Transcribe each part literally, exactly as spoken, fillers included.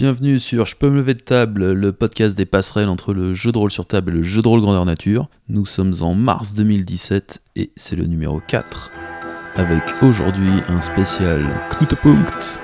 Bienvenue sur Je peux me lever de table, le podcast des passerelles entre le jeu de rôle sur table et le jeu de rôle grandeur nature. Nous sommes en mars deux mille dix-sept et c'est le numéro quatre, avec aujourd'hui un spécial Knutepunkt.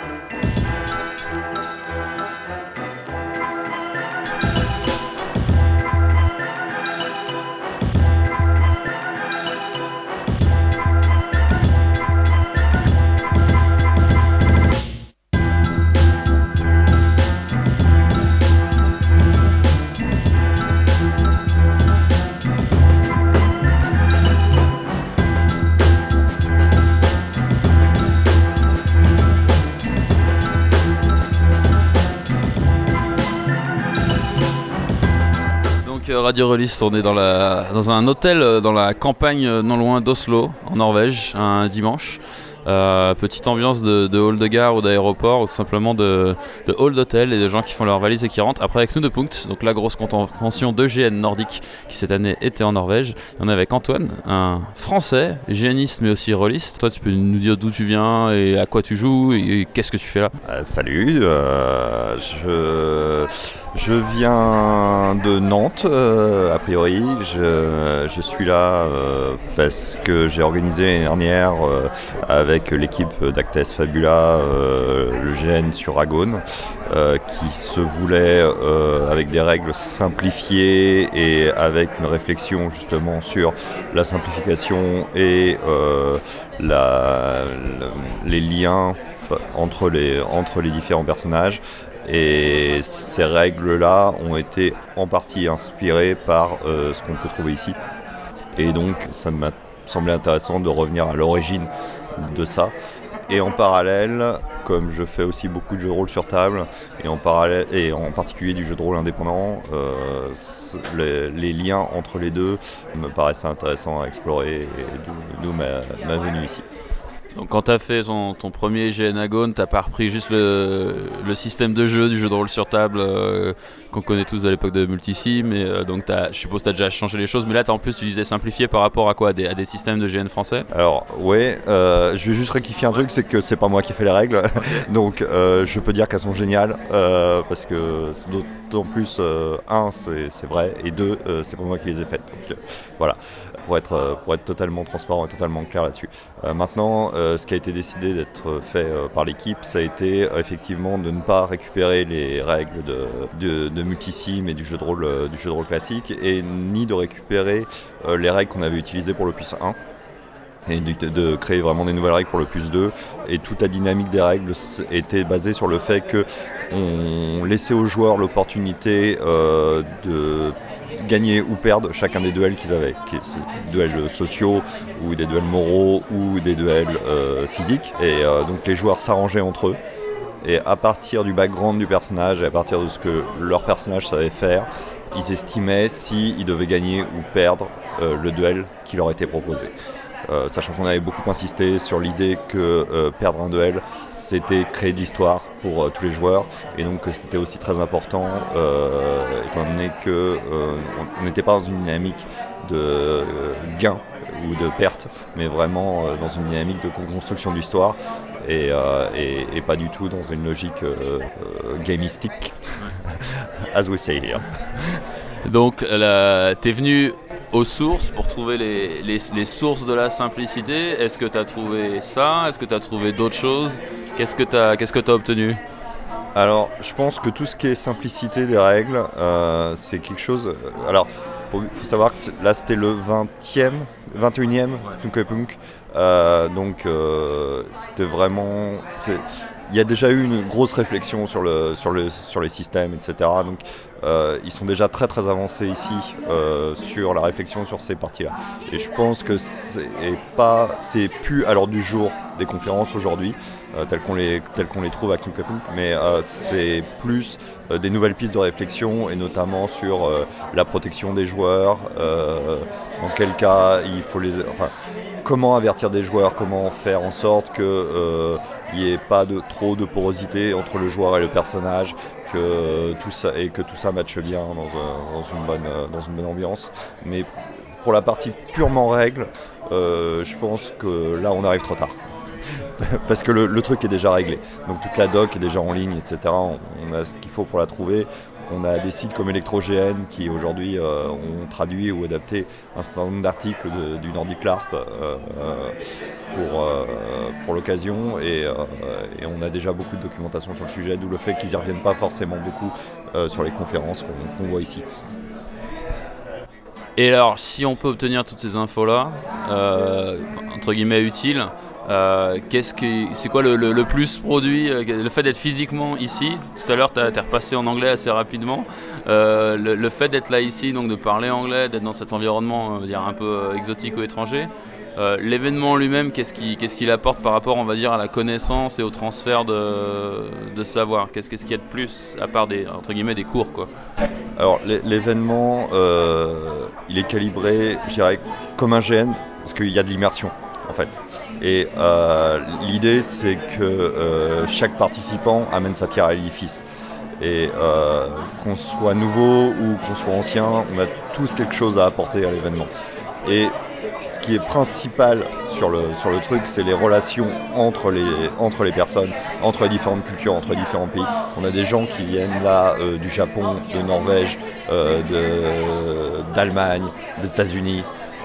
Radio Release, on est dans, la, dans un hôtel dans la campagne non loin d'Oslo, en Norvège, un dimanche. Euh, petite ambiance de, de hall de gare ou d'aéroport, ou tout simplement de, de hall d'hôtel et de gens qui font leurs valises et qui rentrent. Après avec Knutepunkt, donc la grosse convention de G N nordique qui cette année était en Norvège. Et on est avec Antoine, un français, géniste mais aussi rôliste. Toi tu peux nous dire d'où tu viens et à quoi tu joues et, et qu'est-ce que tu fais là? euh, Salut, euh, je, je viens de Nantes euh, a priori. Je, je suis là euh, parce que j'ai organisé l'année dernière euh, avec avec l'équipe d'Actes Fabula, euh, le G N sur Agone, euh, qui se voulait euh, avec des règles simplifiées et avec une réflexion justement sur la simplification et euh, la, la, les liens entre les, entre les différents personnages. Et ces règles-là ont été en partie inspirées par euh, ce qu'on peut trouver ici. Et donc ça m'a semblé intéressant de revenir à l'origine de ça. Et en parallèle, comme je fais aussi beaucoup de jeux de rôle sur table, et en, parallèle, et en particulier du jeu de rôle indépendant, euh, les, les liens entre les deux me paraissaient intéressants à explorer, et d'où ma, ma venue ici. Donc quand tu as fait ton, ton premier G N Agone, tu n'as pas repris juste le, le système de jeu du jeu de rôle sur table euh, qu'on connaît tous à l'époque de Multisim, mais euh, donc je suppose que tu as déjà changé les choses, mais là tu en plus tu disais simplifié par rapport à quoi, à des, à des systèmes de G N français? Alors ouais, euh, je vais juste rectifier un truc, c'est que c'est pas moi qui ai fait les règles, donc euh, je peux dire qu'elles sont géniales, euh, parce que c'est d'autant plus, euh, un c'est, c'est vrai, et deux euh, c'est pas moi qui les ai faites, donc euh, voilà. Pour être, pour être totalement transparent et totalement clair là-dessus. Euh, maintenant, euh, ce qui a été décidé d'être fait euh, par l'équipe, ça a été euh, effectivement de ne pas récupérer les règles de, de, de Multisim et du jeu de rôle, euh, du jeu de rôle classique, et ni de récupérer euh, les règles qu'on avait utilisées pour le plus un. Et de, de créer vraiment des nouvelles règles pour le plus deux. Et toute la dynamique des règles était basée sur le fait qu'on laissait aux joueurs l'opportunité euh, de gagner ou perdre chacun des duels qu'ils avaient, des duels sociaux ou des duels moraux ou des duels euh, physiques. Et euh, donc les joueurs s'arrangeaient entre eux. Et à partir du background du personnage et à partir de ce que leur personnage savait faire, ils estimaient s'ils devaient gagner ou perdre euh, le duel qui leur était proposé. Euh, sachant qu'on avait beaucoup insisté sur l'idée que euh, perdre un duel, c'était créer de l'histoire pour euh, tous les joueurs, et donc que c'était aussi très important, euh, étant donné qu'on euh, n'était pas dans une dynamique de euh, gain ou de perte, mais vraiment euh, dans une dynamique de construction de l'histoire, et, euh, et, et pas du tout dans une logique euh, euh, gamistique, as we say here. Donc là, t'es venu aux sources pour trouver les, les, les sources de la simplicité. Est-ce que tu as trouvé ça? Est-ce que tu as trouvé d'autres choses? Qu'est-ce que tu as qu'est-ce que tu as obtenu? Alors, je pense que tout ce qui est simplicité des règles, euh, c'est quelque chose... Alors, il faut, faut savoir que là, c'était le vingtième, vingt et unième Knutepunkt. Euh, donc, euh, c'était vraiment... C'est, il y a déjà eu une grosse réflexion sur, le, sur, le, sur les systèmes, et cetera. Donc, euh, ils sont déjà très très avancés ici euh, sur la réflexion sur ces parties-là. Et je pense que c'est pas, c'est plus à l'ordre du jour des conférences aujourd'hui, euh, telles qu'on les, telles qu'on les trouve à Knutepunkt, mais euh, c'est plus euh, des nouvelles pistes de réflexion, et notamment sur euh, la protection des joueurs, euh, dans quel cas il faut les... Enfin, comment avertir des joueurs, comment faire en sorte que euh, il n'y ait pas de, trop de porosité entre le joueur et le personnage, que, euh, tout ça, et que tout ça matche bien dans, euh, dans, une bonne, euh, dans une bonne ambiance. Mais pour la partie purement règle, euh, je pense que là on arrive trop tard. parce que le, le truc est déjà réglé. Donc toute la doc est déjà en ligne, et cetera. On, on a ce qu'il faut pour la trouver. On a des sites comme ElectroGN qui aujourd'hui euh, ont traduit ou adapté un certain nombre d'articles de, du Nordic LARP euh, pour, euh, pour l'occasion et, euh, et on a déjà beaucoup de documentation sur le sujet, d'où le fait qu'ils n'y reviennent pas forcément beaucoup euh, sur les conférences qu'on, qu'on voit ici. Et alors, si on peut obtenir toutes ces infos-là, euh, entre guillemets utiles, Euh, qu'est-ce qui, c'est quoi le, le, le plus produit, euh, le fait d'être physiquement ici. Tout à l'heure, tu es repassé en anglais assez rapidement. Euh, le, le fait d'être là ici, donc de parler anglais, d'être dans cet environnement, on va dire un peu euh, exotique ou étranger. Euh, l'événement lui-même, qu'est-ce qu'il, qu'est-ce qu'il apporte par rapport, on va dire, à la connaissance et au transfert de, de savoir. Qu'est-ce, qu'est-ce qu'il y a de plus à part des, entre guillemets, des cours, quoi. Alors l'événement, euh, il est calibré, je dirais, comme un G N, parce qu'il y a de l'immersion, en fait. Et euh, l'idée, c'est que euh, chaque participant amène sa pierre à l'édifice. Et euh, qu'on soit nouveau ou qu'on soit ancien, on a tous quelque chose à apporter à l'événement. Et ce qui est principal sur le, sur le truc, c'est les relations entre les, entre les personnes, entre les différentes cultures, entre les différents pays. On a des gens qui viennent là euh, du Japon, de Norvège, euh, de, d'Allemagne, des États-Unis.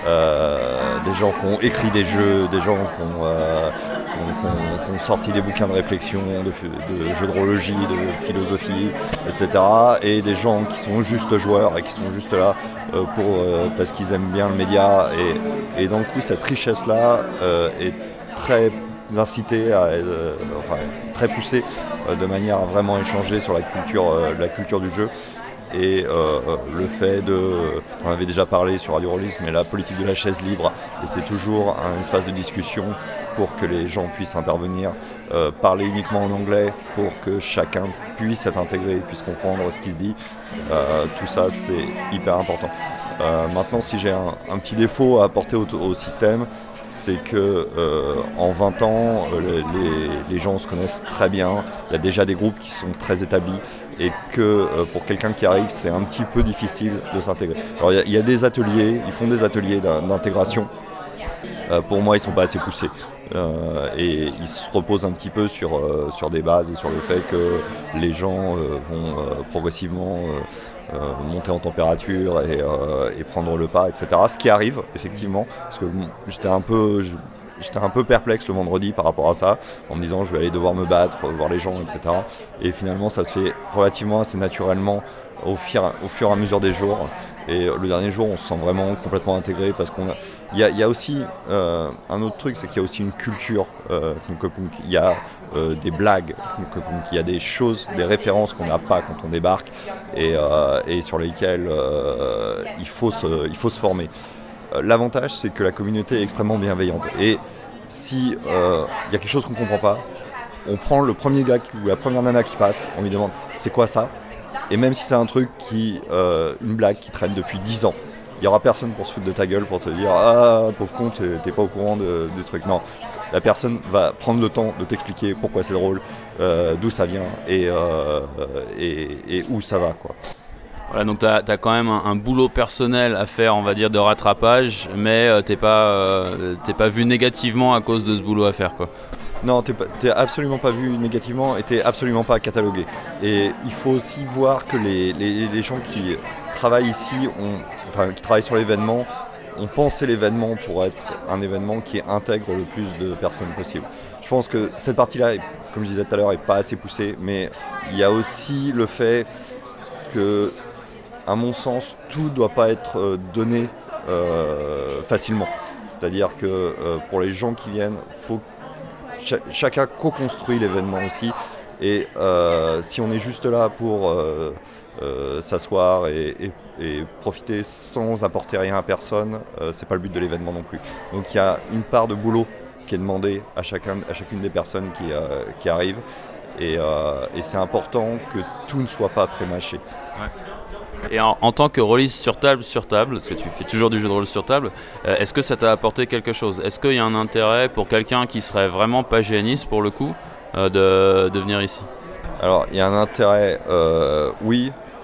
Euh, des gens qui ont écrit des jeux, des gens qui ont, euh, qui ont, qui ont, qui ont sorti des bouquins de réflexion, de, de jeux-drologie, de philosophie, et cetera. Et des gens qui sont juste joueurs et qui sont juste là euh, pour, euh, parce qu'ils aiment bien le média. Et, et donc, coup, cette richesse-là euh, est très incitée, à, euh, enfin, très poussée euh, de manière à vraiment échanger sur la culture, euh, la culture du jeu. Et euh, le fait de, on avait déjà parlé sur Radio Rollis, mais la politique de la chaise libre, et c'est toujours un espace de discussion pour que les gens puissent intervenir, euh, parler uniquement en anglais pour que chacun puisse être intégré, puisse comprendre ce qui se dit. Euh, tout ça, c'est hyper important. Euh, maintenant, si j'ai un, un petit défaut à apporter au, au système, c'est que euh, en vingt ans, euh, les, les gens se connaissent très bien. Il y a déjà des groupes qui sont très établis et que euh, pour quelqu'un qui arrive, c'est un petit peu difficile de s'intégrer. Alors il y, y a des ateliers, ils font des ateliers d'intégration. Euh, pour moi, ils ne sont pas assez poussés. Euh, et ils se reposent un petit peu sur, euh, sur des bases et sur le fait que les gens euh, vont euh, progressivement euh, euh, monter en température et, euh, et prendre le pas, et cetera. Ce qui arrive, effectivement, parce que bon, j'étais un peu... Je, J'étais un peu perplexe le vendredi par rapport à ça, en me disant je vais aller devoir me battre, voir les gens, et cetera. Et finalement ça se fait relativement assez naturellement au fur, au fur et à mesure des jours. Et le dernier jour on se sent vraiment complètement intégré parce qu'on a... Il y a, il y a aussi euh, un autre truc, c'est qu'il y a aussi une culture. Euh, donc, il y a euh, des blagues, donc, il y a des choses, des références qu'on n'a pas quand on débarque et, euh, et sur lesquelles euh, il faut se, il faut se former. L'avantage, c'est que la communauté est extrêmement bienveillante. Et si euh, y a quelque chose qu'on ne comprend pas, on prend le premier gars qui, ou la première nana qui passe, on lui demande c'est quoi ça ? Et même si c'est un truc qui, euh, une blague qui traîne depuis dix ans, il n'y aura personne pour se foutre de ta gueule, pour te dire ah pauvre con, t'es, t'es pas au courant de, du truc. Non, la personne va prendre le temps de t'expliquer pourquoi c'est drôle, euh, d'où ça vient et, euh, et, et où ça va, quoi. Voilà, donc tu as quand même un, un boulot personnel à faire, on va dire, de rattrapage, mais euh, t'es pas, euh, t'es pas vu négativement à cause de ce boulot à faire, quoi. Non, t'es, pas, t'es absolument pas vu négativement et t'es absolument pas catalogué. Et il faut aussi voir que les, les, les gens qui travaillent ici, ont, enfin qui travaillent sur l'événement, ont pensé l'événement pour être un événement qui intègre le plus de personnes possible. Je pense que cette partie-là, comme je disais tout à l'heure, est pas assez poussée, mais il y a aussi le fait que, à mon sens, tout ne doit pas être donné euh, facilement. C'est-à-dire que euh, pour les gens qui viennent, faut ch- chacun co-construit l'événement aussi. Et euh, si on est juste là pour euh, euh, s'asseoir et, et, et profiter sans apporter rien à personne, euh, c'est pas le but de l'événement non plus. Donc il y a une part de boulot qui est demandée à, chacun, à chacune des personnes qui, euh, qui arrivent. Et, euh, et c'est important que tout ne soit pas prémâché. Ouais. Et en, en tant que rôliste sur table, sur table, parce que tu fais toujours du jeu de rôle sur table, euh, est-ce que ça t'a apporté quelque chose ? Est-ce qu'il y a un intérêt pour quelqu'un qui serait vraiment pas G Niste pour le coup, euh, de, de venir ici ? Alors il y a un intérêt, euh, oui,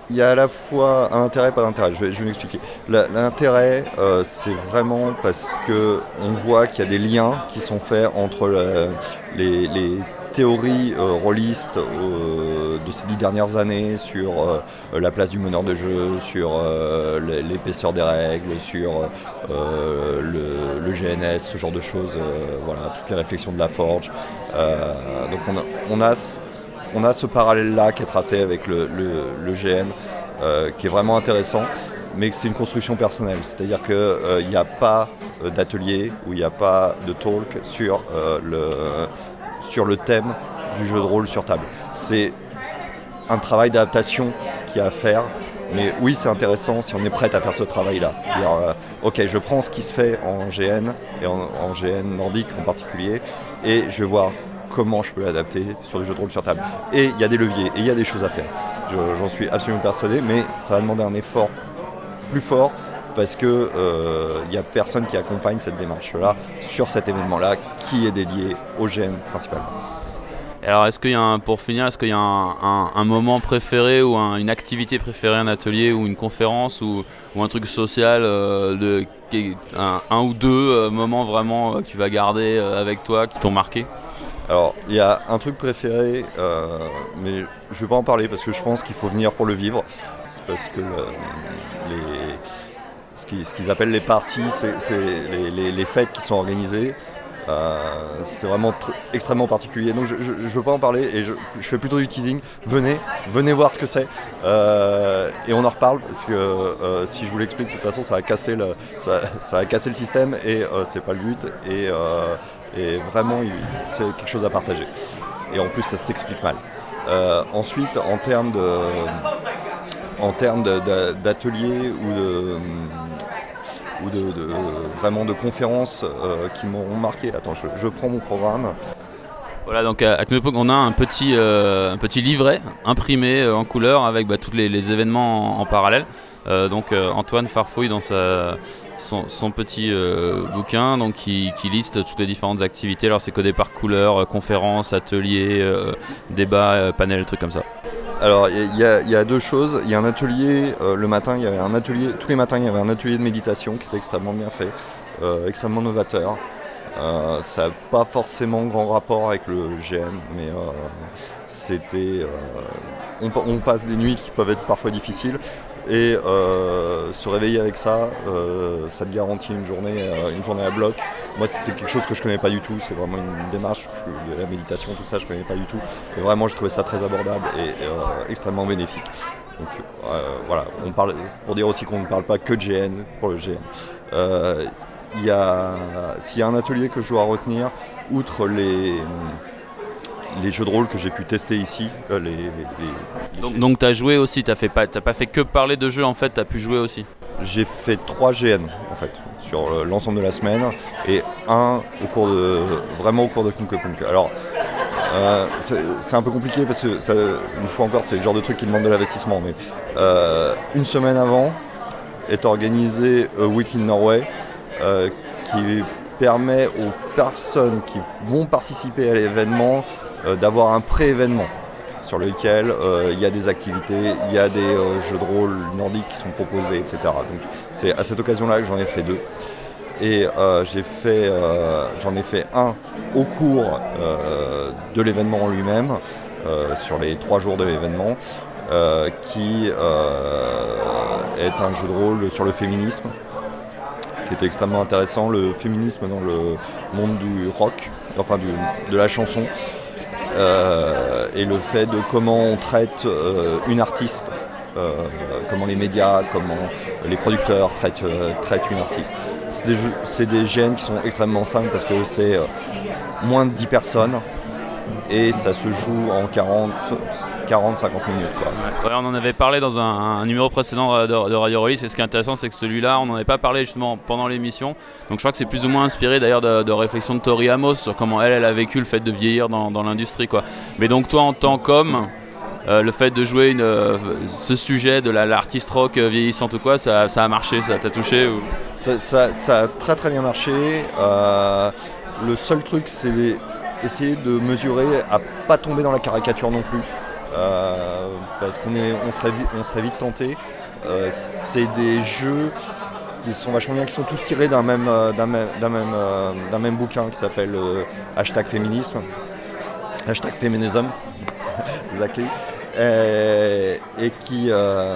il y a à la fois un intérêt et pas d'intérêt, je vais, je vais m'expliquer. La- L'intérêt, euh, c'est vraiment parce qu'on voit qu'il y a des liens qui sont faits entre la- les, les théories euh, rôlistes euh, de ces dix dernières années sur euh, la place du meneur de jeu, sur euh, l'épaisseur des règles, sur euh, le, le G N S, ce genre de choses, euh, voilà, toutes les réflexions de la Forge. Euh, donc on a, on a On a ce parallèle-là qui est tracé avec le, le, le G N, euh, qui est vraiment intéressant, mais c'est une construction personnelle. C'est-à-dire qu'il n'y euh, a pas euh, d'atelier ou il n'y a pas de talk sur, euh, le, sur le thème du jeu de rôle sur table. C'est un travail d'adaptation qu'il y a à faire, mais oui, c'est intéressant si on est prêt à faire ce travail-là. Dire, euh, ok, je prends ce qui se fait en G N, et en, en G N nordique en particulier, et je vais voir comment je peux l'adapter sur le jeu de rôle sur table. Et il y a des leviers, et il y a des choses à faire. Je, j'en suis absolument persuadé, mais ça va demander un effort plus fort parce qu'il n'y euh, a personne qui accompagne cette démarche-là sur cet événement-là qui est dédié au G N principalement. Et alors, est-ce qu'il y a un, pour finir, est-ce qu'il y a un, un, un moment préféré ou un, une activité préférée, un atelier ou une conférence ou, ou un truc social, euh, de, un, un ou deux euh, moments vraiment euh, que tu vas garder euh, avec toi, qui t'ont marqué ? Alors, il y a un truc préféré, euh, mais je ne vais pas en parler parce que je pense qu'il faut venir pour le vivre. C'est parce que le, les, ce, qui, ce qu'ils appellent les parties, c'est, c'est les, les, les fêtes qui sont organisées. Euh, c'est vraiment tr- extrêmement particulier. Donc je ne veux pas en parler et je, je fais plutôt du teasing. Venez, venez voir ce que c'est. Euh, et on en reparle parce que euh, si je vous l'explique, de toute façon, ça va casser le, ça, ça va casser le système et euh, c'est pas le but. Et, euh, Et vraiment, c'est quelque chose à partager. Et en plus, ça s'explique mal. Euh, ensuite, en termes de, en termes de, de, d'ateliers ou de, ou de, de vraiment de conférences euh, qui m'ont marqué. Attends, je, je prends mon programme. Voilà, donc à Knowpoke, on a un petit, euh, un petit livret imprimé euh, en couleur avec bah, tous les, les événements en, en parallèle. Euh, donc euh, Antoine farfouille dans sa... Son, son petit euh, bouquin donc, qui, qui liste toutes les différentes activités. Alors c'est codé par couleur, euh, conférences, ateliers, euh, débats, euh, panels, trucs comme ça. Alors il y, y, y a deux choses. Il y a un atelier, euh, le matin, il y avait un atelier, tous les matins il y avait un atelier de méditation qui était extrêmement bien fait, euh, extrêmement novateur. Euh, ça n'a pas forcément grand rapport avec le G N, mais euh, c'était... Euh, on, on passe des nuits qui peuvent être parfois difficiles. Et euh, se réveiller avec ça, euh, ça te garantit une journée, euh, une journée à bloc. Moi, c'était quelque chose que je connais pas du tout. C'est vraiment une démarche, je, de la méditation, tout ça, je connais pas du tout. Et vraiment, je trouvais ça très abordable et euh, extrêmement bénéfique. Donc euh, voilà, on parle, pour dire aussi qu'on ne parle pas que de G N pour le G N. Euh, y a, s'il y a un atelier que je dois retenir, outre les les jeux de rôle que j'ai pu tester ici. Euh, les, les, les donc donc tu as joué aussi, tu n'as pas, pas fait que parler de jeux en fait, tu as pu jouer aussi. J'ai fait trois G N en fait, sur euh, l'ensemble de la semaine, et un au cours de, vraiment au cours de Knowpoke. Alors, euh, c'est, c'est un peu compliqué parce que, ça, une fois encore, c'est le genre de truc qui demande de l'investissement, mais euh, une semaine avant est organisé A Week in Norway, euh, qui permet aux personnes qui vont participer à l'événement Euh, d'avoir un pré-événement sur lequel il euh, y a des activités, il y a des euh, jeux de rôle nordiques qui sont proposés, et cetera. Donc c'est à cette occasion-là que j'en ai fait deux. Et euh, j'ai fait, euh, j'en ai fait un au cours euh, de l'événement en lui-même, euh, sur les trois jours de l'événement, euh, qui euh, est un jeu de rôle sur le féminisme, qui était extrêmement intéressant, le féminisme dans le monde du rock, enfin du, de la chanson. Euh, et le fait de comment on traite euh, une artiste, euh, comment les médias, comment les producteurs traitent, euh, traitent une artiste. C'est des, jeux, c'est des G N qui sont extrêmement simples parce que c'est euh, moins de dix personnes et ça se joue en quarante à cinquante minutes. Quoi. Ouais, on en avait parlé dans un, un numéro précédent de, de Radio Rollis, et ce qui est intéressant, c'est que celui-là, on n'en avait pas parlé justement pendant l'émission. Donc je crois que c'est plus ou moins inspiré d'ailleurs de, de réflexions de Tori Amos sur comment elle, elle a vécu le fait de vieillir dans, dans l'industrie. Quoi. Mais donc toi, en tant qu'homme, euh, le fait de jouer une, euh, ce sujet de la, l'artiste rock vieillissante ou quoi, ça, ça a marché, ça t'a touché ou... ça, ça, ça a très très bien marché. Euh, le seul truc, c'est essayer de mesurer à pas tomber dans la caricature non plus. euh, parce qu'on est, on serait, vi- on serait vite tenté. Euh, c'est des jeux qui sont vachement bien, qui sont tous tirés d'un même, euh, d'un même, d'un même, euh, d'un même bouquin qui s'appelle euh, Hashtag Féminisme, Hashtag Féminisme, exactly, et, et qui, euh,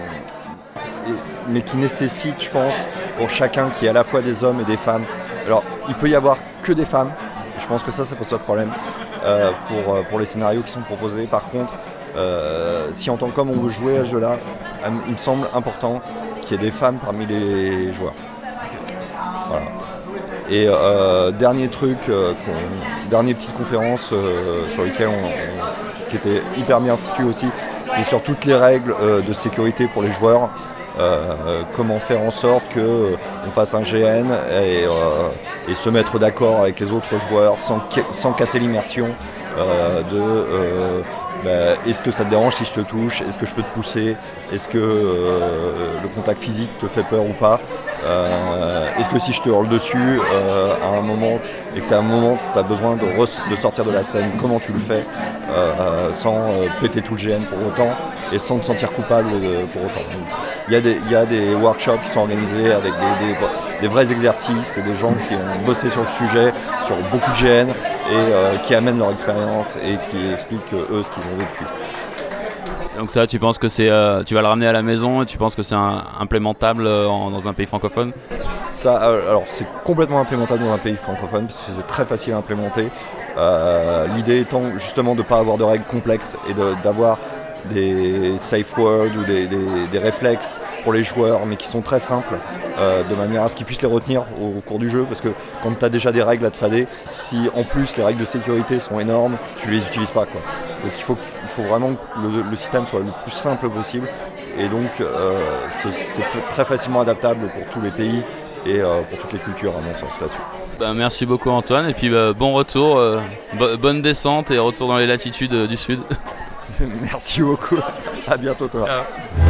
et- mais qui nécessite, je pense, pour chacun qui est à la fois des hommes et des femmes. Alors, il peut y avoir que des femmes, je pense que ça, ça pose pas de problème euh, pour, euh, pour les scénarios qui sont proposés. Par contre, euh, si en tant qu'homme on veut jouer à ce jeu-là, il me semble important qu'il y ait des femmes parmi les joueurs. Voilà. Et euh, dernier truc, euh, qu'on- dernière petite conférence euh, sur lesquelles on, on- qui était hyper bien foutue aussi, c'est sur toutes les règles euh, de sécurité pour les joueurs. Euh, comment faire en sorte qu'on fasse un G N et, euh, et se mettre d'accord avec les autres joueurs sans, sans casser l'immersion euh, de euh, bah, est-ce que ça te dérange si je te touche, est-ce que je peux te pousser, est-ce que euh, le contact physique te fait peur ou pas, euh, est-ce que si je te hurle dessus euh, à un moment et que tu as un moment tu as besoin de, re- de sortir de la scène, comment tu le fais euh, sans euh, péter tout le G N pour autant et sans te sentir coupable de, pour autant. Donc, il y a des, il y a des workshops qui sont organisés avec des, des, des vrais exercices et des gens qui ont bossé sur le sujet, sur beaucoup de G N et euh, qui amènent leur expérience et qui expliquent euh, eux ce qu'ils ont vécu. Donc ça, tu penses que c'est, euh, tu vas le ramener à la maison et tu penses que c'est un, implémentable euh, en- dans un pays francophone? Ça, euh, alors c'est complètement implémentable dans un pays francophone parce que c'est très facile à implémenter. Euh, l'idée étant justement de ne pas avoir de règles complexes et de, d'avoir des safe words ou des, des, des réflexes pour les joueurs, mais qui sont très simples, euh, de manière à ce qu'ils puissent les retenir au, au cours du jeu, parce que quand tu as déjà des règles à te fader, si en plus les règles de sécurité sont énormes, tu les utilises pas, quoi. Donc il faut, il faut vraiment que le, le système soit le plus simple possible, et donc euh, c'est, c'est très facilement adaptable pour tous les pays et euh, pour toutes les cultures, à mon sens, là-dessus. Bah, merci beaucoup Antoine, et puis bah, bon retour, euh, bo- bonne descente et retour dans les latitudes euh, du sud. Merci beaucoup, à bientôt toi. Ciao.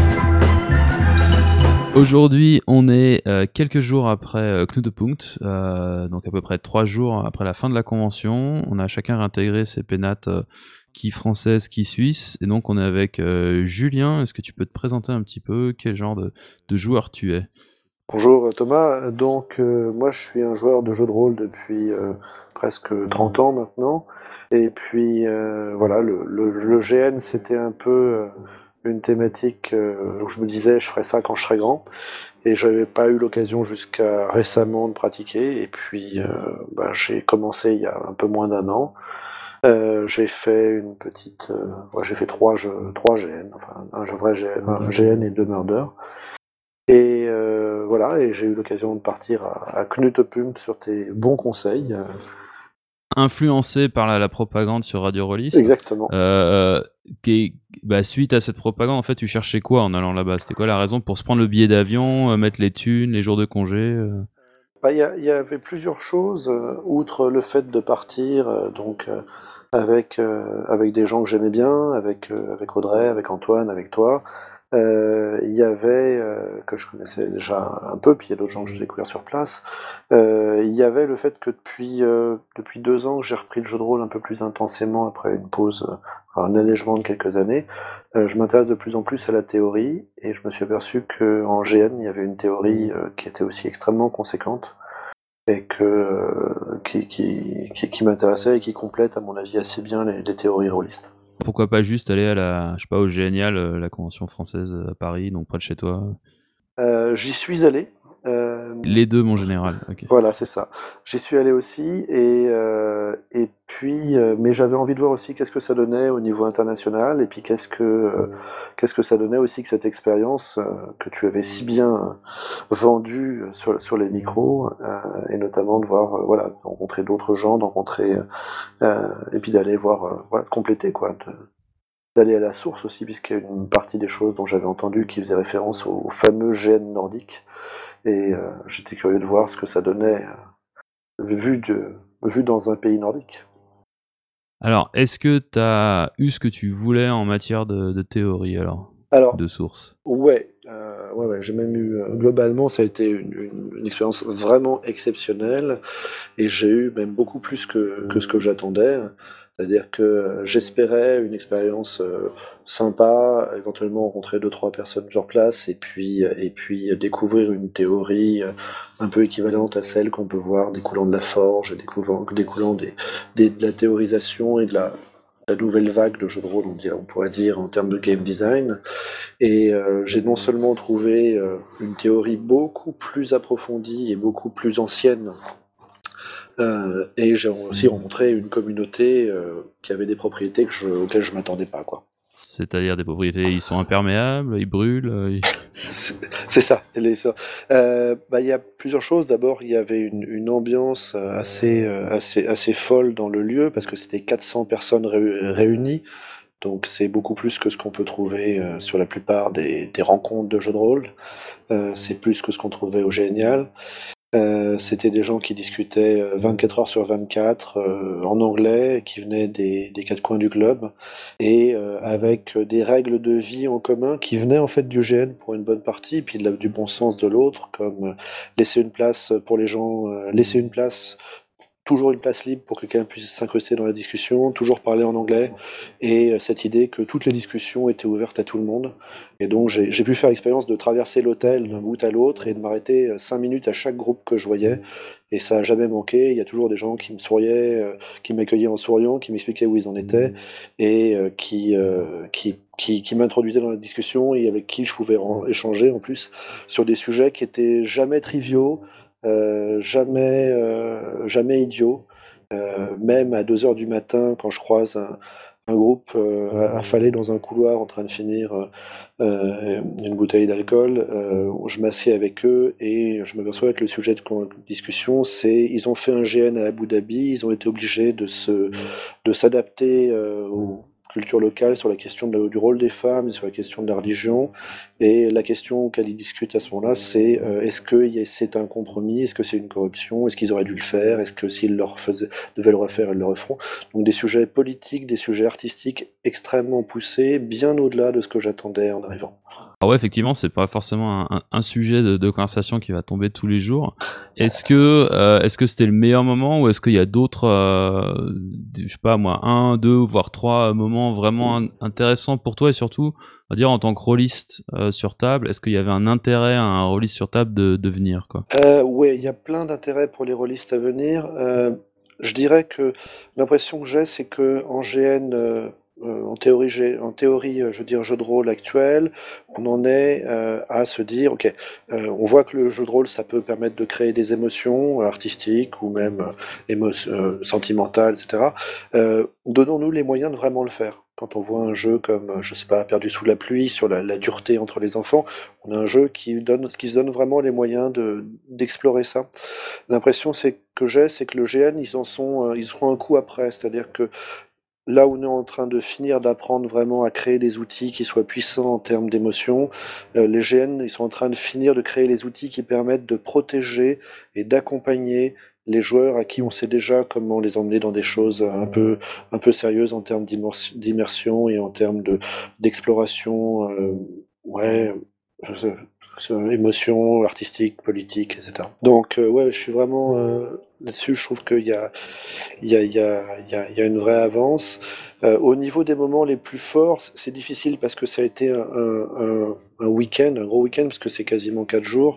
Aujourd'hui, on est euh, quelques jours après euh, Knutepunkt, euh, donc à peu près trois jours après la fin de la convention. On a chacun réintégré ses pénates, euh, qui françaises, qui suisses, et donc on est avec euh, Julien. Est-ce que tu peux te présenter un petit peu quel genre de, de joueur tu es? Bonjour Thomas, donc euh, moi je suis un joueur de jeux de rôle depuis euh, presque trente ans maintenant, et puis euh, voilà, le, le, le G N c'était un peu euh, une thématique euh, où je me disais je ferais ça quand je serais grand, et j'avais pas eu l'occasion jusqu'à récemment de pratiquer, et puis euh, bah, j'ai commencé il y a un peu moins d'un an. Euh, j'ai fait une petite, euh, ouais, j'ai fait trois jeux, trois G N, enfin un vrai G N, un G N et deux Murder. Et euh, voilà, et j'ai eu l'occasion de partir à, à Knutepunkt sur tes bons conseils. euh, Influencé par la, la propagande sur Radio Rollist. Exactement. Euh, qui, bah, suite à cette propagande, en fait, tu cherchais quoi en allant là-bas? C'était quoi la raison pour se prendre le billet d'avion, euh, mettre les thunes, les jours de congé euh Bah, il y, a- il y avait plusieurs choses, euh, outre le fait de partir euh, donc euh, avec, euh, avec des gens que j'aimais bien, avec, euh, avec Audrey, avec Antoine, avec toi. Euh, Il y avait, euh, que je connaissais déjà un peu, puis il y a d'autres gens que j'ai découvert sur place. Euh, il y avait le fait que depuis, euh, depuis deux ans que j'ai repris le jeu de rôle un peu plus intensément après une pause, euh, enfin, un allègement de quelques années. Euh, je m'intéresse de plus en plus à la théorie, et je me suis aperçu qu'en G N, il y avait une théorie euh, qui était aussi extrêmement conséquente, et que, euh, qui, qui, qui, qui m'intéressait et qui complète, à mon avis, assez bien les, les théories rôlistes. Pourquoi pas juste aller à la, je sais pas, au Génial, euh, la convention française à Paris, donc près de chez toi? Euh, j'y suis allé. Euh, Les deux, mon général. Ok. Voilà, c'est ça. J'y suis allé aussi, et, euh, et puis, euh, mais j'avais envie de voir aussi qu'est-ce que ça donnait au niveau international, et puis qu'est-ce que, euh, qu'est-ce que ça donnait aussi que cette expérience euh, que tu avais si bien vendue sur, sur les micros, euh, et notamment de voir, euh, voilà, de rencontrer d'autres gens, de rencontrer, euh, et puis d'aller voir, euh, voilà, de compléter, quoi, de- d'aller à la source aussi, puisqu'il y a une partie des choses dont j'avais entendu qui faisait référence au fameux G N nordique, et euh, j'étais curieux de voir ce que ça donnait euh, vu, de, vu dans un pays nordique. Alors, est-ce que tu as eu ce que tu voulais en matière de, de théorie, alors, Alors, de source? ouais, euh, ouais, ouais, j'ai même eu, euh, globalement, ça a été une, une, une expérience vraiment exceptionnelle, et j'ai eu même beaucoup plus que, que ce que j'attendais. C'est-à-dire que euh, j'espérais une expérience euh, sympa, éventuellement rencontrer deux trois personnes sur place et puis et puis découvrir une théorie euh, un peu équivalente à celle qu'on peut voir découlant de la forge, découlant, découlant des, des- de la théorisation et de la, la nouvelle vague de jeux de rôle, on, dirait- on pourrait dire, en termes de game design. Et euh, j'ai non seulement trouvé euh, une théorie beaucoup plus approfondie et beaucoup plus ancienne, euh, et j'ai aussi rencontré une communauté euh, qui avait des propriétés que je, auxquelles je m'attendais pas, quoi. C'est-à-dire des propriétés, ils sont imperméables, ils brûlent. euh, ils- C'est c'est ça, les- ça. Euh, bah, il y a plusieurs choses. D'abord, il y avait une, une ambiance euh, assez, euh, assez, assez folle dans le lieu parce que c'était quatre cents personnes réu- réunies. Donc c'est beaucoup plus que ce qu'on peut trouver euh, sur la plupart des, des rencontres de jeux de rôle. Euh, c'est plus que ce qu'on trouvait au Génial. Euh, c'était des gens qui discutaient euh, vingt-quatre heures sur vingt-quatre euh, en anglais, qui venaient des, des quatre coins du globe, et euh, avec euh, des règles de vie en commun qui venaient en fait du G N pour une bonne partie, puis de la- du bon sens de l'autre, comme euh, laisser une place pour les gens, euh, laisser une place toujours une place libre pour que quelqu'un puisse s'incruster dans la discussion, toujours parler en anglais, et euh, cette idée que toutes les discussions étaient ouvertes à tout le monde. Et donc j'ai j'ai pu faire l'expérience de traverser l'hôtel d'un bout à l'autre et de m'arrêter euh, cinq minutes à chaque groupe que je voyais, et ça a jamais manqué. Il y a toujours des gens qui me souriaient, euh, qui m'accueillaient en souriant, qui m'expliquaient où ils en étaient, et euh, qui, euh, qui, qui, qui m'introduisaient dans la discussion et avec qui je pouvais en- échanger en plus sur des sujets qui étaient jamais triviaux, euh, jamais, euh, jamais idiot. Euh, même à deux heures du matin, quand je croise un, un groupe euh, affalé dans un couloir en train de finir euh, euh, une bouteille d'alcool, euh, je m'assieds avec eux et je m'aperçois que le sujet de con- discussion, c'est ils ont fait un G N à Abu Dhabi, ils ont été obligés de se, de s'adapter euh, aux cultures locales sur la question de la- du rôle des femmes, sur la question de la religion. Et la question auquel ils discutent à ce moment-là, c'est euh, est-ce que y a- c'est un compromis, est-ce que c'est une corruption, est-ce qu'ils auraient dû le faire, est-ce que s'ils le refaisaient- devaient le refaire, ils le referont. Donc des sujets politiques, des sujets artistiques extrêmement poussés, bien au-delà de ce que j'attendais en arrivant. Ah ouais, effectivement, c'est pas forcément un, un- un sujet de, de conversation qui va tomber tous les jours. Est-ce que euh, est-ce que c'était le meilleur moment ou est-ce qu'il y a d'autres, euh, des- je sais pas moi, un, deux, voire trois moments vraiment in- intéressants pour toi et surtout, on va dire en tant que rôliste euh, sur table, est-ce qu'il y avait un intérêt à un rôliste sur table de, de venir quoi? Euh, ouais, il y a plein d'intérêts pour les rôlistes à venir. Euh, je dirais que l'impression que j'ai, c'est que en G N, euh, euh, en théorie, G- en théorie, euh, je veux dire jeu de rôle actuel, on en est euh, à se dire, ok, euh, on voit que le jeu de rôle, ça peut permettre de créer des émotions euh, artistiques ou même euh, émo- euh, sentimentales, et cetera. Euh, donnons-nous les moyens de vraiment le faire. Quand on voit un jeu comme, euh, je sais pas, Perdu sous la pluie, sur la, la dureté entre les enfants, on a un jeu qui donne, qui se donne vraiment les moyens de, d'explorer ça. L'impression c'est, que j'ai, c'est que le G N, ils en sont, euh, ils seront un coup après. C'est-à-dire que là où on est en train de finir d'apprendre vraiment à créer des outils qui soient puissants en termes d'émotion, euh, les G N, ils sont en train de finir de créer les outils qui permettent de protéger et d'accompagner les joueurs à qui on sait déjà comment les emmener dans des choses un peu, un peu sérieuses en termes d'immersion d'immersion et en termes de, d'exploration, euh, ouais, je- je- émotion, artistique, politique, et cetera. Donc, euh, ouais, je suis vraiment euh, là-dessus, je trouve qu'il y a, il y a, il y a, il y a, il y a une vraie avance. Euh, au niveau des moments les plus forts, c'est difficile parce que ça a été un, un, un- un week-end, un gros week-end, parce que c'est quasiment quatre jours,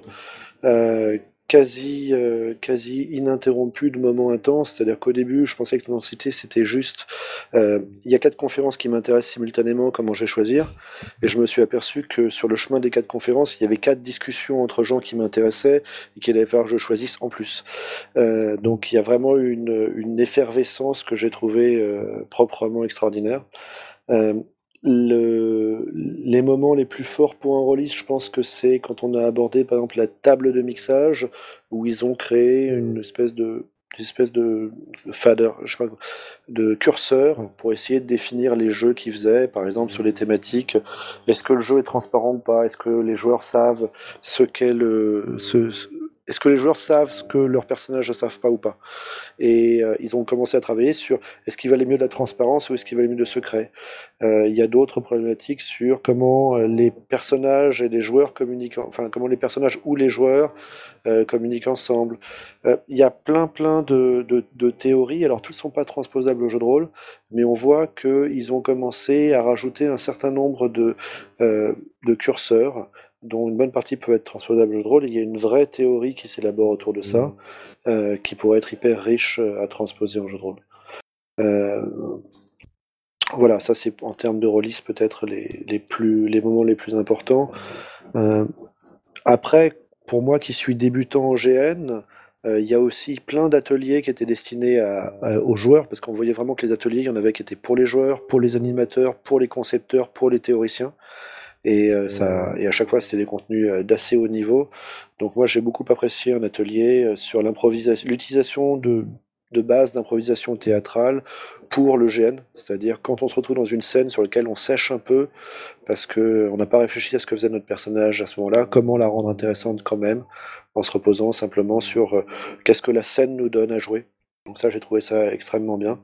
euh, quasi, euh, quasi ininterrompu de moments intenses. C'est-à-dire qu'au début, je pensais que l'intensité, c'était juste, euh, il y a quatre conférences qui m'intéressent simultanément, comment je vais choisir? Et je me suis aperçu que sur le chemin des quatre conférences, il y avait quatre discussions entre gens qui m'intéressaient et qu'il allait falloir que je choisisse en plus. Euh, donc il y a vraiment une, une effervescence que j'ai trouvée euh, proprement extraordinaire. Euh, le, les moments les plus forts pour un rôliste, je pense que c'est quand on a abordé par exemple la table de mixage, où ils ont créé une espèce de une espèce de fader, je sais pas, de curseur pour essayer de définir les jeux qu'ils faisaient, par exemple sur les thématiques. Est-ce que le jeu est transparent ou pas? Est-ce que les joueurs savent ce qu'est le, ce, est-ce que les joueurs savent ce que leurs personnages ne savent pas ou pas? Et euh, ils ont commencé à travailler sur est-ce qu'il valait mieux de la transparence ou est-ce qu'il valait mieux de secret. Euh, Il y a d'autres problématiques sur comment euh, les personnages et les joueurs communiquent, enfin comment les personnages ou les joueurs euh, communiquent ensemble. Euh, Il y a plein plein de, de, de théories, alors toutes ne sont pas transposables au jeu de rôle, mais on voit qu'ils ont commencé à rajouter un certain nombre de, euh, de curseurs dont une bonne partie peut être transposable au jeu de rôle. Il y a une vraie théorie qui s'élabore autour de ça, euh, qui pourrait être hyper riche euh, à transposer en jeu de rôle. Euh, voilà, ça c'est en termes de release peut-être les, les, plus, les moments les plus importants. Euh, après, pour moi qui suis débutant en G N, euh, il y a aussi plein d'ateliers qui étaient destinés à, à- aux joueurs, parce qu'on voyait vraiment que les ateliers, il y en avait qui étaient pour les joueurs, pour les animateurs, pour les concepteurs, pour les théoriciens. Et, euh, ça, et à chaque fois, c'était des contenus euh, d'assez haut niveau. Donc moi, j'ai beaucoup apprécié un atelier euh, sur l'improvisation, l'utilisation de, de bases d'improvisation théâtrale pour le G N. C'est-à-dire quand on se retrouve dans une scène sur laquelle on sèche un peu, parce que on n'a pas réfléchi à ce que faisait notre personnage à ce moment-là, comment la rendre intéressante quand même, en se reposant simplement sur euh, qu'est-ce que la scène nous donne à jouer. Donc ça, j'ai trouvé ça extrêmement bien.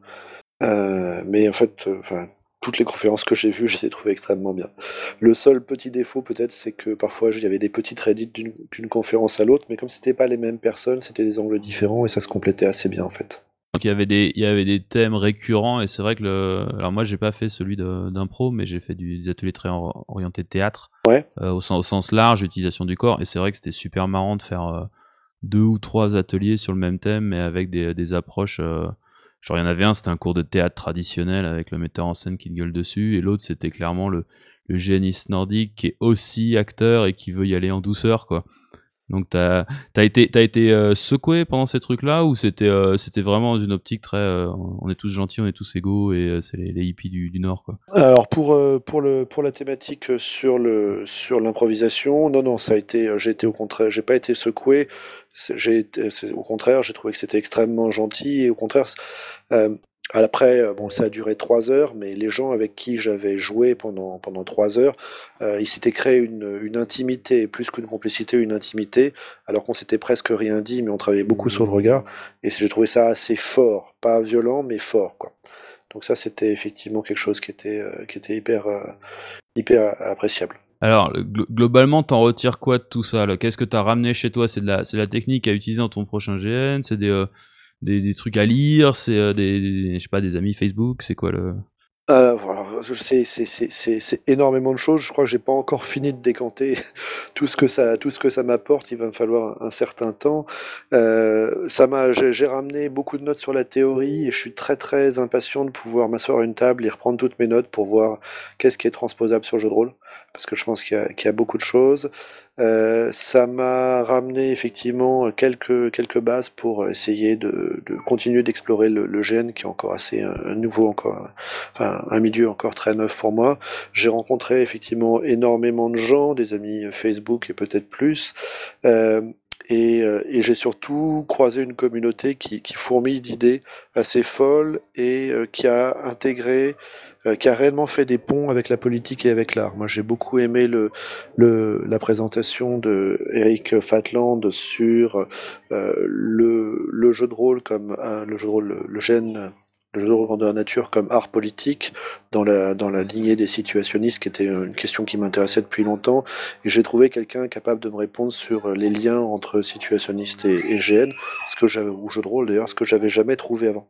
Euh, mais en fait, euh, enfin, toutes les conférences que j'ai vues, je les ai trouvées extrêmement bien. Le seul petit défaut peut-être, c'est que parfois il y avait des petites reddits d'une d'une conférence à l'autre, mais comme c'était pas les mêmes personnes, c'était des angles différents et ça se complétait assez bien en fait. Donc il y avait des il y avait des thèmes récurrents et c'est vrai que le alors moi j'ai pas fait celui de- d'impro mais j'ai fait du- des ateliers très or- orientés théâtre Ouais. euh, au, sens, au sens large utilisation du corps et c'est vrai que c'était super marrant de faire euh, deux ou trois ateliers sur le même thème mais avec des, des approches euh, genre il y en avait un c'était un cours de théâtre traditionnel avec le metteur en scène qui gueule dessus et l'autre c'était clairement le le géniste nordique qui est aussi acteur et qui veut y aller en douceur quoi. Donc t'as t'as été t'as été euh, secoué pendant ces trucs-là ou c'était euh, c'était vraiment une optique très euh, on est tous gentils, on est tous égaux et euh, c'est les, les hippies du, du Nord quoi. Alors pour euh, pour le pour la thématique euh, sur le sur l'improvisation, non non, ça a été euh, j'ai été au contraire, j'ai pas été secoué, c'est- j'ai été- c'est- au contraire, j'ai trouvé que c'était extrêmement gentil et au contraire c'est- euh, après euh, bon ça a duré trois heures, mais les gens avec qui j'avais joué pendant pendant trois heures, euh, il s'était créé une une intimité plus qu'une complicité, une intimité, alors qu'on s'était presque rien dit, mais on travaillait beaucoup sur le regard et j'ai trouvé ça assez fort, pas violent mais fort quoi. Donc ça, c'était effectivement quelque chose qui était, euh, qui était hyper, euh, hyper appréciable. Alors le- glo- globalement t'en retires quoi de tout ça là? Qu'est-ce que t'as ramené chez toi? C'est de la c'est de la technique à utiliser dans ton prochain G N? C'est des, euh, des des trucs à lire? C'est euh, des, des- je sais pas des amis Facebook? C'est quoi le Euh, voilà, je- c'est, c'est, c'est, c'est, c'est énormément de choses. Je crois que j'ai pas encore fini de décanter tout ce que ça, tout ce que ça m'apporte. Il va me falloir un, un certain temps. Euh, ça m'a, j'ai, j'ai ramené beaucoup de notes sur la théorie et je suis très très impatient de pouvoir m'asseoir à une table et reprendre toutes mes notes pour voir qu'est-ce qui est transposable sur le jeu de rôle. Parce que je pense qu'il y a, qu'il y a beaucoup de choses. Euh, ça m'a ramené effectivement quelques, quelques bases pour essayer de, de continuer d'explorer le, le G N qui est encore assez euh, nouveau encore, enfin un milieu encore très neuf pour moi. J'ai rencontré effectivement énormément de gens, des amis Facebook et peut-être plus. Euh, et, euh, et j'ai surtout croisé une communauté qui, qui fourmille d'idées assez folles et euh, qui a intégré, euh, qui a réellement fait des ponts avec la politique et avec l'art. Moi, j'ai beaucoup aimé le, le, la présentation de Eric Fatland sur euh, le, le jeu de rôle comme un, le jeu de rôle, le, le gène le jeu de rôle grandeur nature comme art politique dans la, dans la lignée des situationnistes qui était une question qui m'intéressait depuis longtemps et j'ai trouvé quelqu'un capable de me répondre sur les liens entre situationniste et, et G N, ce que j'avais, ou jeu de rôle d'ailleurs, ce que j'avais jamais trouvé avant.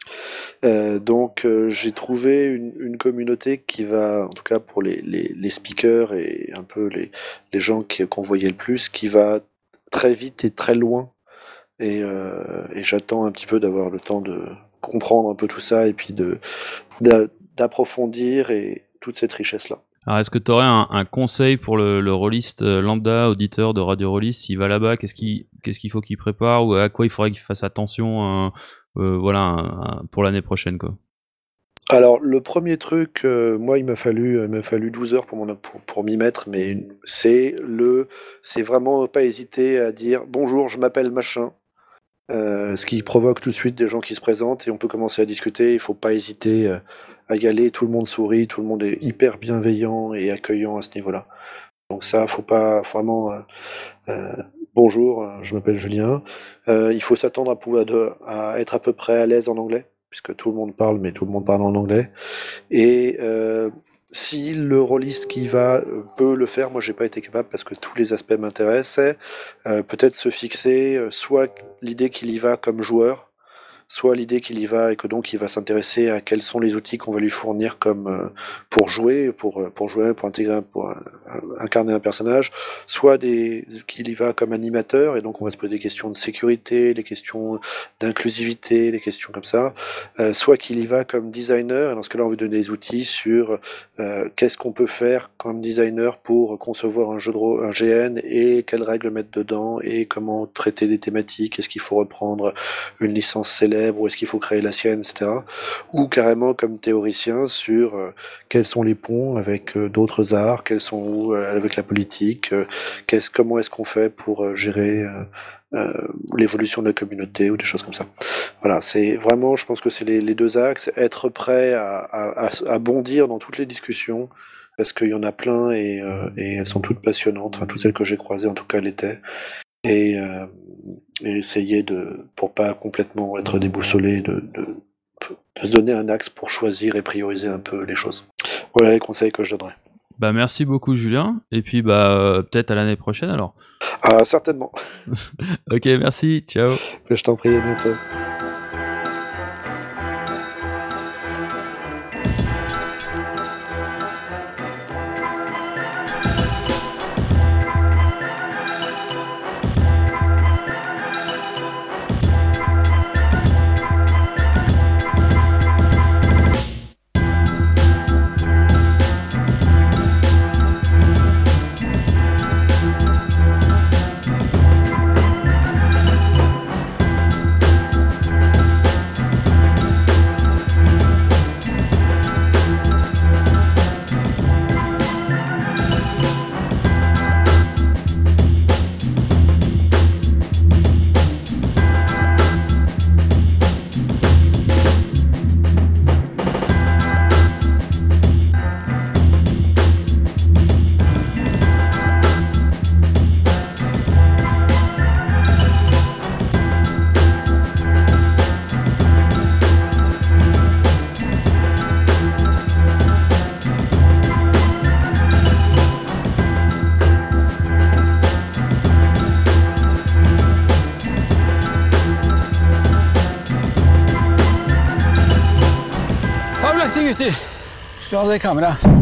Euh, donc euh, j'ai trouvé une, une communauté qui va, en tout cas pour les, les, les speakers et un peu les, les gens qui, qu'on voyait le plus, qui va très vite et très loin et, euh, et j'attends un petit peu d'avoir le temps de comprendre un peu tout ça et puis de d'a- d'approfondir et toute cette richesse là. Alors est-ce que t'aurais un, un conseil pour le, le rôliste euh, lambda auditeur de Radio Rollis s'il va là-bas? Qu'est-ce qu'il qu'est-ce qu'il faut qu'il prépare ou à quoi il faudrait qu'il fasse attention euh, euh, voilà un- un- pour l'année prochaine quoi? Alors le premier truc, euh, moi il m'a fallu, il m'a fallu douze heures pour, mon, pour, pour m'y mettre, mais c'est le, c'est vraiment pas hésiter à dire bonjour, je m'appelle machin. Euh, ce qui provoque tout de suite des gens qui se présentent et on peut commencer à discuter. Il faut pas hésiter euh, à y aller. Tout le monde sourit, tout le monde est hyper bienveillant et accueillant à ce niveau-là. Donc ça, faut pas faut vraiment euh, euh, bonjour, je m'appelle Julien. Euh, il faut s'attendre à, pouvoir de, à être à peu près à l'aise en anglais, puisque tout le monde parle, mais tout le monde parle en anglais. Et euh, si le rôliste qui va peut le faire, moi j'ai pas été capable parce que tous les aspects m'intéressaient, euh, peut-être se fixer euh, soit l'idée qu'il y va comme joueur, soit l'idée qu'il y va et que donc il va s'intéresser à quels sont les outils qu'on va lui fournir comme euh, pour jouer, pour pour jouer, pour intégrer, pour euh, incarner un personnage, soit des qu'il y va comme animateur et donc on va se poser des questions de sécurité, des questions d'inclusivité, des questions comme ça, euh, soit qu'il y va comme designer et dans ce cas-là on veut donner des outils sur euh, qu'est-ce qu'on peut faire comme designer pour concevoir un jeu de rôle, un G N et quelles règles mettre dedans et comment traiter les thématiques, est-ce qu'il faut reprendre une licence célèbre ou est-ce qu'il faut créer la sienne, et cetera. Ou carrément comme théoricien sur euh, quels sont les ponts avec euh, d'autres arts, quels sont euh, avec la politique, euh, qu'est-ce, comment est-ce qu'on fait pour euh, gérer euh, euh, l'évolution de la communauté ou des choses comme ça. Voilà, c'est vraiment, je pense que c'est les, les deux axes, être prêt à, à, à, à bondir dans toutes les discussions, parce qu'il y en a plein et, euh, et elles sont toutes passionnantes, enfin toutes celles que j'ai croisées en tout cas l'étaient. Et, euh, et essayer de, pour pas complètement être déboussolé, de, de, de se donner un axe pour choisir et prioriser un peu les choses. Voilà les conseils que je donnerais. Bah merci beaucoup Julien, et puis bah euh, peut-être à l'année prochaine alors. Ah certainement. Ok, merci, ciao. Je t'en prie, à bientôt. Gutter, slå av det kameraet.